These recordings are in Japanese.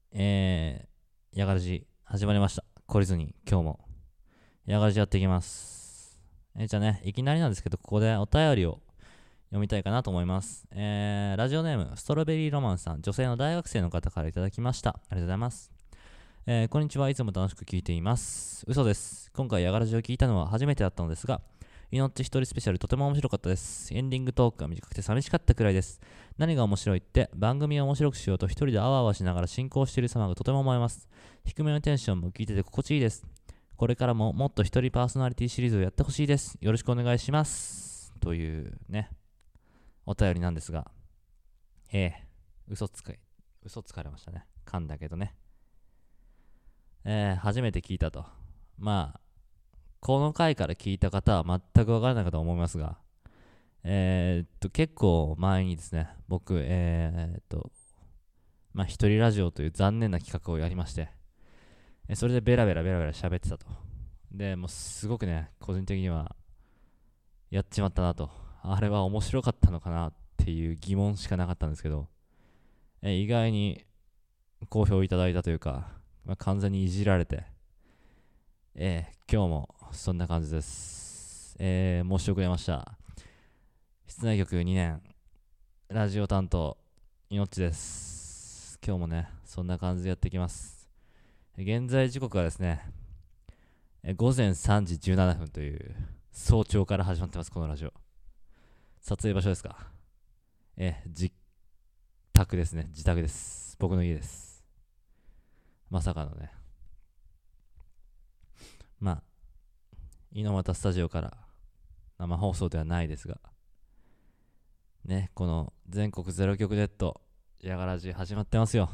ヤガラジ始まりました。懲りずに今日もヤガラジやっていきます。じゃあね、いきなりなんですけど、ここでお便りを読みたいかなと思います。ラジオネーム、ストロベリーロマンさん、女性の大学生の方からいただきました。ありがとうございます。こんにちは。いつも楽しく聞いています。嘘です。今回ヤガラジを聞いたのは初めてだったのですが、命一人スペシャルとても面白かったです。エンディングトークが短くて寂しかったくらいです。何が面白いって番組を面白くしようと一人であわあわしながら進行している様がとても思います。低めのテンションも聞いてて心地いいです。これからももっと一人パーソナリティシリーズをやってほしいです。よろしくお願いします。というね、お便りなんですが、嘘つかれましたね。噛んだけどね。初めて聞いたと。まあ、この回から聞いた方は全くわからないかと思いますが、結構前にですね、僕、一人ラジオという残念な企画をやりまして、それでベラベラ喋ってたと。で、もうすごくね、個人的にはやっちまったなと。あれは面白かったのかなっていう疑問しかなかったんですけど、意外に好評いただいたというか、完全にいじられて、今日もそんな感じです。申し遅れました。室内局2年、ラジオ担当、いのっちです。今日もね、そんな感じでやっていきます。現在時刻はですね、午前3時17分という早朝から始まってます、このラジオ。撮影場所ですか？自宅ですね、自宅です。僕の家です。まさかのね。猪俣スタジオから生放送ではないですが、ね、この全国ゼロ局ネット、ヤガラジ始まってますよ。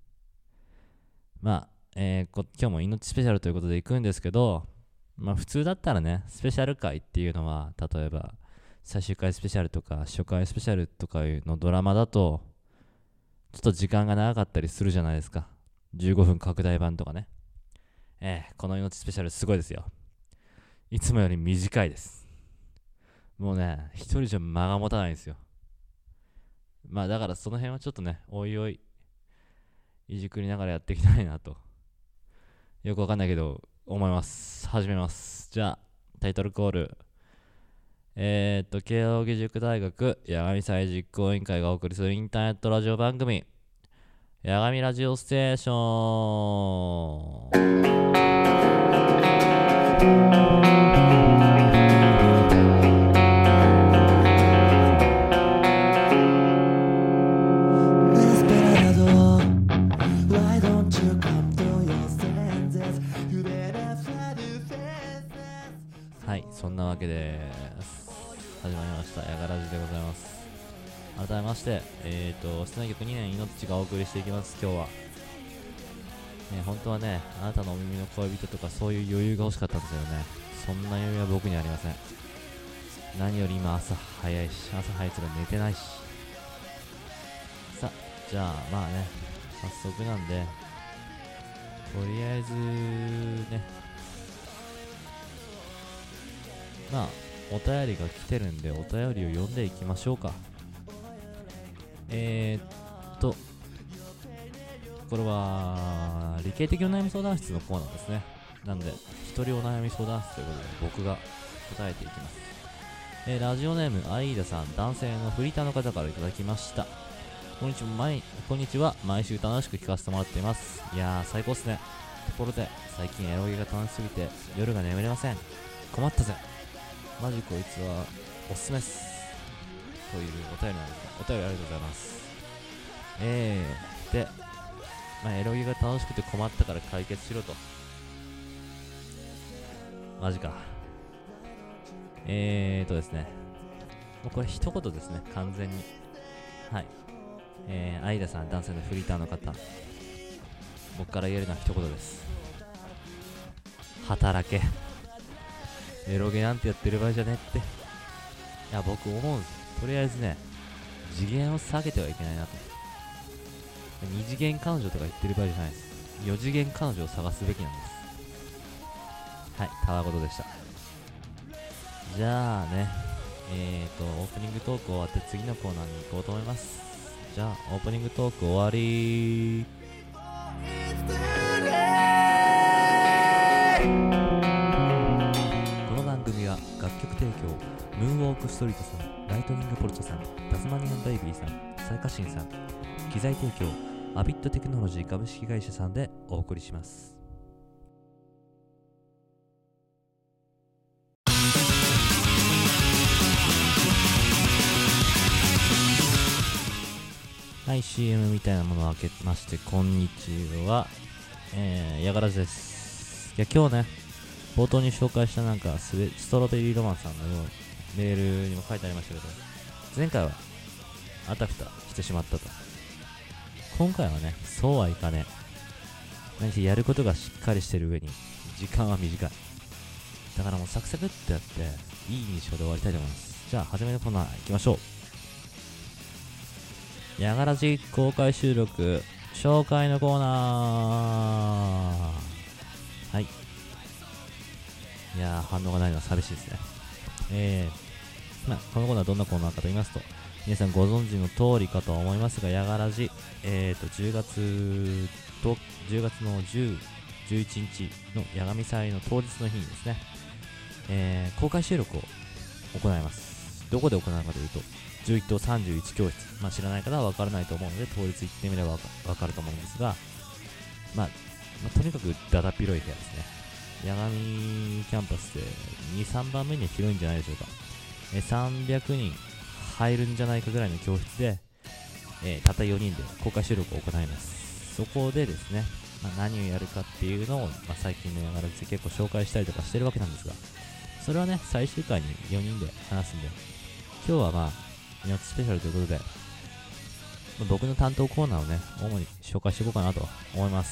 今日も命スペシャルということで行くんですけど、普通だったらね、スペシャル回っていうのは、例えば、最終回スペシャルとか、初回スペシャルとかいうのドラマだと、ちょっと時間が長かったりするじゃないですか。15分拡大版とかね。この命スペシャルすごいですよ。いつもより短いです。もうね、一人じゃ間が持たないんですよ。だからその辺はちょっとね、おいおい、いじくりながらやっていきたいなと。よくわかんないけど、思います。始めます。じゃあ、タイトルコール。慶應義塾大学八神祭実行委員会がお送りするインターネットラジオ番組、八神ラジオステーション。はい、そんなわけです。始まりました。ヤガラジでございます。改めまして、室内局2年命がお送りしていきます。今日は。本当はね、あなたのお耳の恋人とかそういう余裕が欲しかったんですけどね、そんな余裕は僕にありません。何より今朝早いし、朝早いつら寝てないし。さあ、じゃあ早速なんで、とりあえずね、お便りが来てるんで、お便りを読んでいきましょうか。これは理系的お悩み相談室のコーナーですね。なんで、一人お悩み相談室ということで僕が答えていきます。ラジオネームアイーダさん、男性のフリーターの方からいただきました。こんにちは。毎週楽しく聞かせてもらっています。いやー、最高っすね。ところで、最近エロゲが楽しすぎて夜が眠れません。困ったぜ。マジこいつはおすすめっす。というお便りなんですが、お便りありがとうございます。で、エロゲが楽しくて困ったから解決しろと。マジか。ですね。もうこれ一言ですね、完全に。はい。アイダさん、男性のフリーターの方。僕から言えるのは一言です。働け。エロゲなんてやってる場合じゃねって。いや、僕思うんですよ。とりあえずね、次元を下げてはいけないなと。二次元彼女とか言ってる場合じゃないです。四次元彼女を探すべきなんです。はい、たわごとでした。じゃあね、オープニングトーク終わって次のコーナーに行こうと思います。じゃあ、オープニングトーク終わりー。 ムーンウォークストリートさん、ライトニングポルチャさん、タスマニアンバイビーさん、サイカシンさん、機材提供アビットテクノロジー株式会社さんでお送りします。はい、 CM みたいなものを開けまして、こんにちは。ヤガラジです。いや、今日ね、冒頭に紹介したなんかストロベリーロマンさんのメールにも書いてありましたけど、前回はあたふたしてしまったと。今回はね、そうはいかねえ。何せやることがしっかりしてる上に時間は短い。だからもうサクサクってやっていい印象で終わりたいと思います。じゃあ初めのコーナー行きましょう。ヤガラジ公開収録紹介のコーナー。はい。いやー、反応がないのは寂しいですね。このコーナーはどんなコーナーかと言いますと、皆さんご存知の通りかと思いますが、ヤガラジ、10月の10、11日のヤガミ祭の当日の日にですね、公開収録を行います。どこで行うかというと、11棟31教室、知らない方は分からないと思うので、当日行ってみれば分かると思うんですが、とにかくだだっ広い部屋ですね。八神キャンパスで2、3番目に広いんじゃないでしょうか。300人入るんじゃないかぐらいの教室で、たった4人で公開収録を行います。そこでですね、何をやるかっていうのを、最近のヤガラジで結構紹介したりとかしてるわけなんですが、それはね、最終回に4人で話すんで、今日は2月スペシャルということで、僕の担当コーナーをね、主に紹介していこうかなと思います。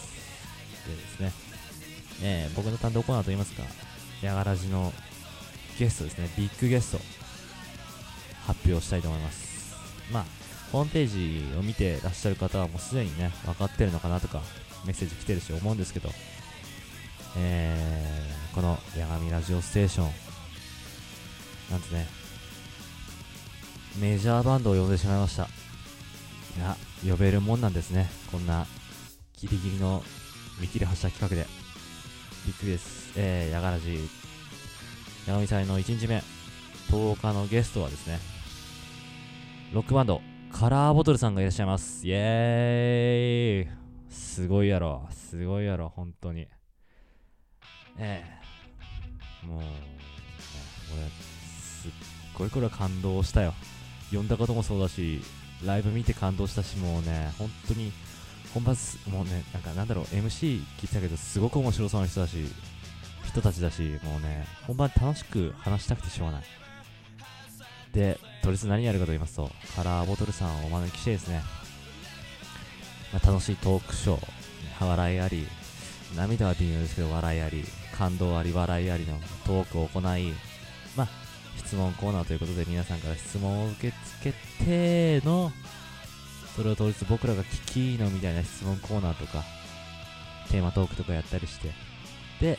でですね、僕の担当コーナーといいますか、ヤガラジのゲストですね、ビッグゲスト発表したいと思います。ホームページを見てらっしゃる方はもうすでにね、分かってるのかなとか、メッセージ来てるし思うんですけど、このヤガミラジオステーション、なんとね、メジャーバンドを呼んでしまいました。いや、呼べるもんなんですね。こんなギリギリの見切り発車企画で。びっくりです。ヤガラジヤガミ祭の1日目10日のゲストはですね、ロックバンドカラーボトルさんがいらっしゃいます。イエーイ。すごいやろ本当に。もう、俺すっごいこれは感動したよ。呼んだこともそうだし、ライブ見て感動したし、もうね、本当に本番もうね、MC 聞いてたけど、すごく面白そうな人たちだし、もうね、本番楽しく話したくてしょうがない。で、とりあえず何やるかと言いますと、カラーボトルさんをお招きしてですね、楽しいトークショー、笑いあり、涙は微妙ですけど笑いあり、感動あり、笑いありのトークを行い、質問コーナーということで皆さんから質問を受け付けての、それを当日僕らが聞きのみたいな質問コーナーとかテーマトークとかやったりして、で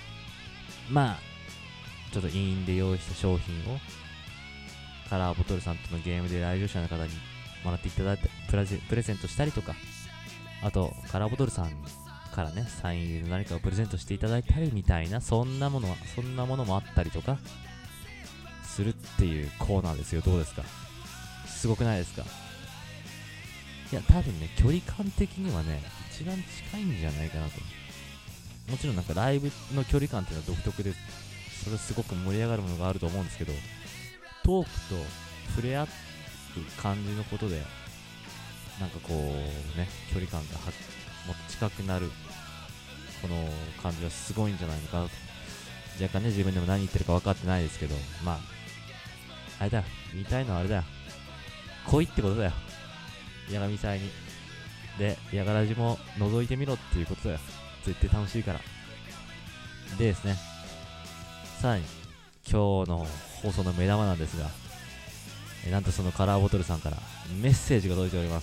ちょっと委員で用意した商品をカラーボトルさんとのゲームで来場者の方にもらっていただいてプレゼントしたりとか、あとカラーボトルさんからね、サイン入りの何かをプレゼントしていただいたりみたいな、そんなものもあったりとかするっていうコーナーですよ。どうですか？すごくないですか？いや、多分ね、距離感的にはね、一番近いんじゃないかなと。もちろんライブの距離感っていうのは独特で、それすごく盛り上がるものがあると思うんですけど、トークと触れ合う感じのことで、距離感がもっと近くなる、この感じはすごいんじゃないのかなと。若干ね、自分でも何言ってるか分かってないですけど、あれだよ、言いたいのはあれだよ。来いってことだよ。ヤガミ祭に。で、ヤガラジも覗いてみろっていうことだよ。絶対楽しいから。でですね、さらに、今日の放送の目玉なんですが、なんとそのカラーボトルさんからメッセージが届いております。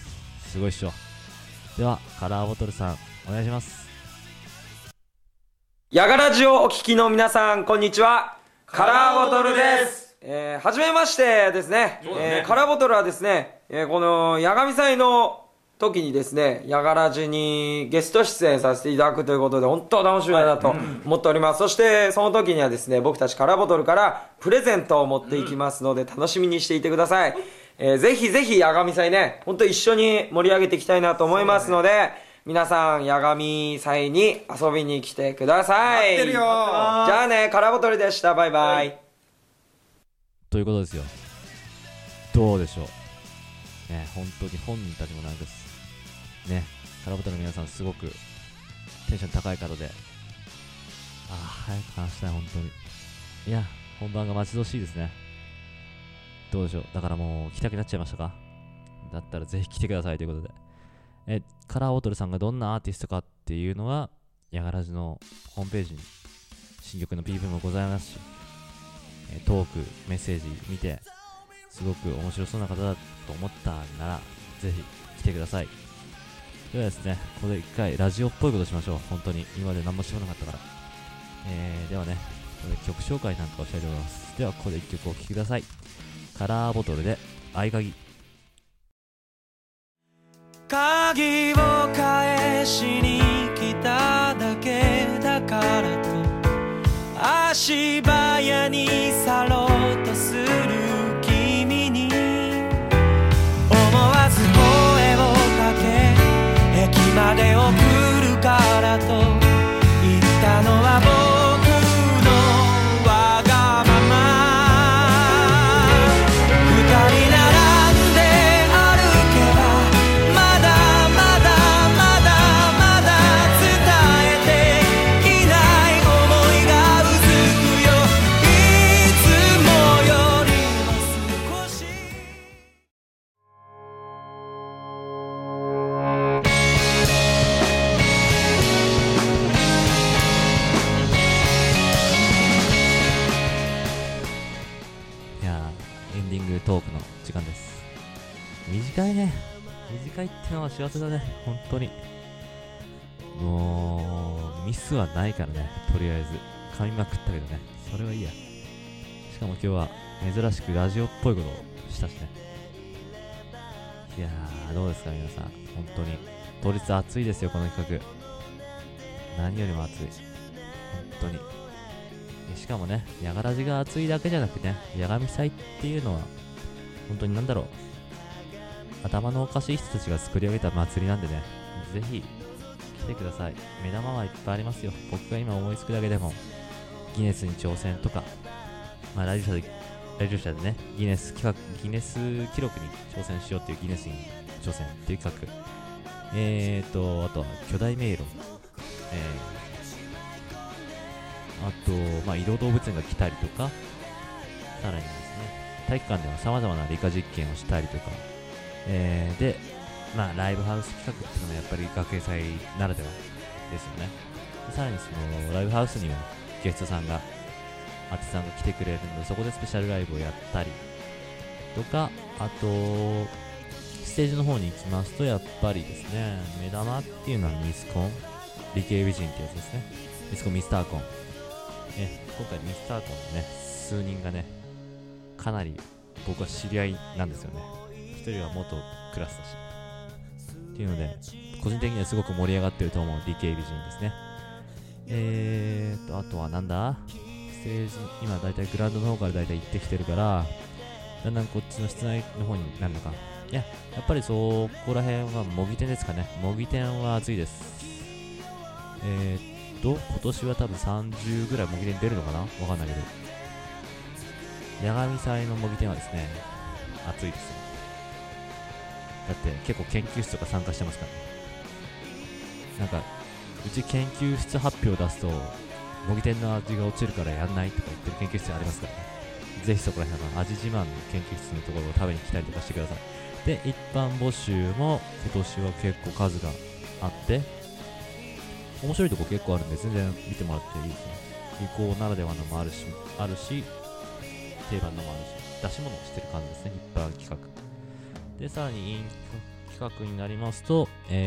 すごいっしょ。では、カラーボトルさん、お願いします。 ヤガラジをお聞きの皆さん、こんにちは。カラーボトルです。はじめましてですね。カラーボトルはですね、このヤガミ祭の時にですね、ヤガラジにゲスト出演させていただくということで、本当楽しみだなと思っております。そしてその時にはですね、僕たちカラーボトルからプレゼントを持っていきますので、楽しみにしていてください。ぜひぜひヤガミ祭ね、本当一緒に盛り上げていきたいなと思いますので、皆さんヤガミ祭に遊びに来てください。 待ってるよ。じゃあね、カラーボトルでした。バイバイ。 ということですよ。どうでしょうね。本当に本人たちもなんですね、カラーボトルの皆さんすごくテンション高い方で、早く話したい。本当にいや、本番が待ち遠しいですね。どうでしょう。だからもう来たくなっちゃいましたか。だったらぜひ来てくださいということで、カラーボトルさんがどんなアーティストかっていうのはヤガラジのホームページに新曲の PV もございますし、トークメッセージ見てすごく面白そうな方だと思ったならぜひ来てください。ではですね、ここで一回ラジオっぽいことしましょう。本当に今まで何もしてこなかったから。ではね、ここで曲紹介なんかをしたいと思います。ではここで一曲お聴きください。カラーボトルで合鍵。 鍵を返しに来ただけだからと足早に去ろうとする君に思わず声をかけ駅まで送るからと言ったのは僕のわがまま。二人並んで歩けばまだまだまだまだ伝えていない想いがうずくよ。いつもよりも少しいやー、エンディングトークの時間です。短いね。短いってのは幸せだね。本当にもうミスはないからね。とりあえず噛みまくったけどね、それはいいや。しかも今日は珍しくラジオっぽいことをしたしね。いやー、どうですか皆さん。本当に当日暑いですよ、この企画。何よりも暑い、本当に。しかもね、ヤガラジが暑いだけじゃなくてね、ヤガミ祭っていうのは本当になんだろう、頭のおかしい人たちが作り上げた祭りなんでね、ぜひ来てください。目玉はいっぱいありますよ。僕が今思いつくだけでもギネスに挑戦とか、来場者でね、ギネス記録に挑戦しようっていうギネスに挑戦っていう企画、あとは巨大迷路、あと、移動動物園が来たりとか、さらにですね、体育館では様々な理科実験をしたりとか、で、ライブハウス企画っていうのがやっぱり学園祭ならではですよね。でさらにそのライブハウスにはゲストさんが、アーティストさんが来てくれるので、そこでスペシャルライブをやったりとか、あと、ステージの方に行きますと、やっぱりですね、目玉っていうのはミスコン、理系美人ってやつですね。ミスコン、ミスターコン。今回ミスターコンのね、数人がね、かなり僕は知り合いなんですよね。一人は元クラスだし。っていうので、個人的にはすごく盛り上がってると思う理系美人ですね。あとはなんだ、ステージ、今だいたいグラウンドの方からだいたい行ってきてるから、だんだんこっちの室内の方になるのか。いや、やっぱりそこら辺は模擬店ですかね。模擬店は暑いです。今年は多分30ぐらい模擬店出るのかな、わかんないけど。ヤガミ祭の模擬店はですね、暑いですよ。だって結構研究室とか参加してますからね。なんか、うち研究室発表出すと、模擬店の味が落ちるからやんないとか言ってる研究室ありますからね。ぜひそこら辺の味自慢の研究室のところを食べに来たりとかしてください。で、一般募集も今年は結構数があって、面白いとこ結構あるんで全然見てもらっていいですね。理工ならではのもあるし、定番のもあるし、出し物をしてる感じですね、一般企画。で、さらに企画になりますと、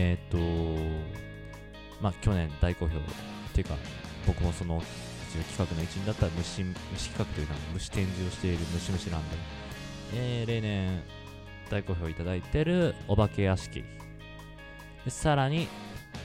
去年大好評っていうか、僕もその企画の一員だった虫企画というのは虫展示をしている虫虫なんで、例年大好評いただいているお化け屋敷でさらに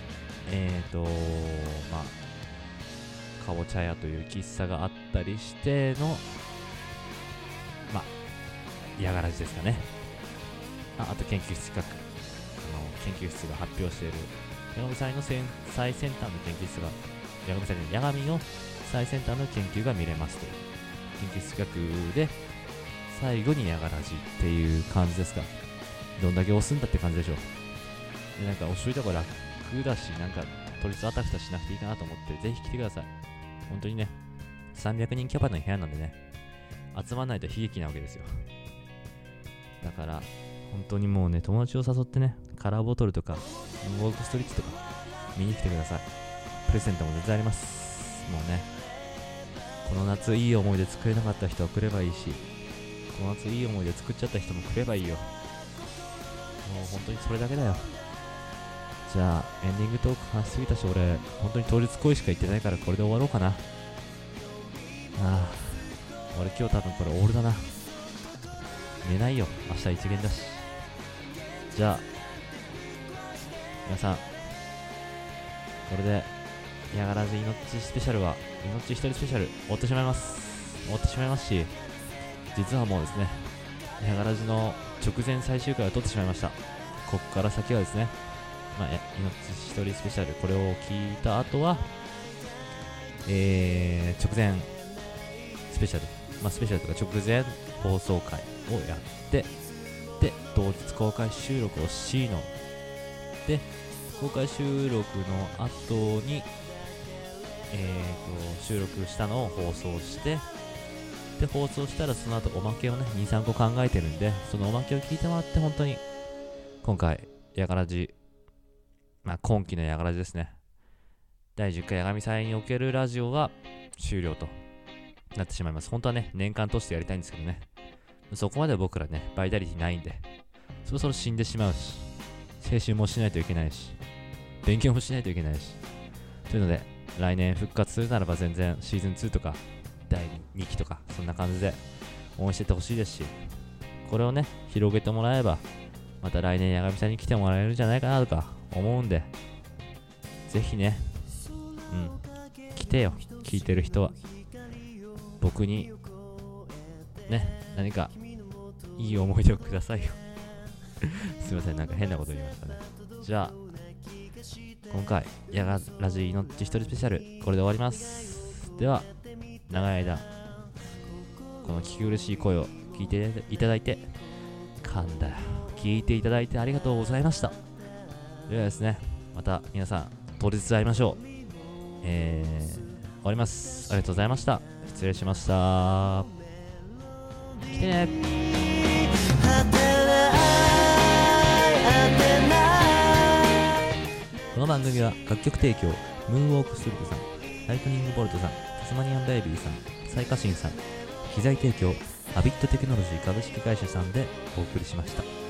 まあかぼちゃ屋という喫茶があったりしてのまあヤガラジですかね。あと研究室企画、研究室が発表している八神祭の最先端の研究室が八神の最先端の研究が見れますという研究室企画で、最後にヤガラジっていう感じですか。どんだけ押すんだって感じでしょう。でなんか押しといた方が楽だし、なんかとりあえずあたふたしなくていいかなと思って、ぜひ来てください。本当にね、300人キャパの部屋なんでね、集まらないと悲劇なわけですよ。だから本当にもうね、友達を誘ってね、カラーボトルとかウォークストリッチとか見に来てください。プレゼントも全然あります。もうね、この夏いい思い出作れなかった人は来ればいいし、この夏いい思い出作っちゃった人も来ればいいよ。もう本当にそれだけだよ。じゃあエンディングトーク話しすぎたし、俺本当に当日恋しか言ってないからこれで終わろうかな。俺今日多分これオールだな。寝ないよ、明日一元だし。じゃあ皆さん、これでヤガラジ命スペシャルは命一人スペシャル終わってしまいますし、実はもうですね、ヤガラジの直前最終回を撮ってしまいました。こっから先はですね、命一人スペシャル、これを聞いた後は直前スペシャル、スペシャルとか直前放送回をやって、で同日公開収録をしので、公開収録の後に収録したのを放送して、で放送したらその後おまけをね 2,3 個考えてるんで、そのおまけを聞いてもらって、本当に今回ヤガラジ、今期のヤガラジですね、第10回ヤガミ祭におけるラジオは終了となってしまいます。本当はね、年間通してやりたいんですけどね、そこまで僕らねバイタリティないんで、そろそろ死んでしまうし、青春もしないといけないし、勉強もしないといけないし、というので来年復活するならば全然シーズン2とか第2期とかそんな感じで応援してってほしいですし、これをね広げてもらえばまた来年ヤガミさんに来てもらえるんじゃないかなとか思うんで、ぜひね、来てよ、聞いてる人は。僕にね、何かいい思い出をくださいよすいません、なんか変なこと言いましたね。じゃあ今回ヤガラジの一人スペシャルこれで終わります。では長い間この聞き苦しい声を聞いていただいて、聞いていただいてありがとうございました。ではですね、また皆さん当日会いましょう。終わります。ありがとうございました。失礼しました。来てね。この番組は楽曲提供ムーンウォークストリートさん、ライトニングボルトさん、タスマニアンベイビーさん、サイカシンさん、機材提供アビットテクノロジー株式会社さんでお送りしました。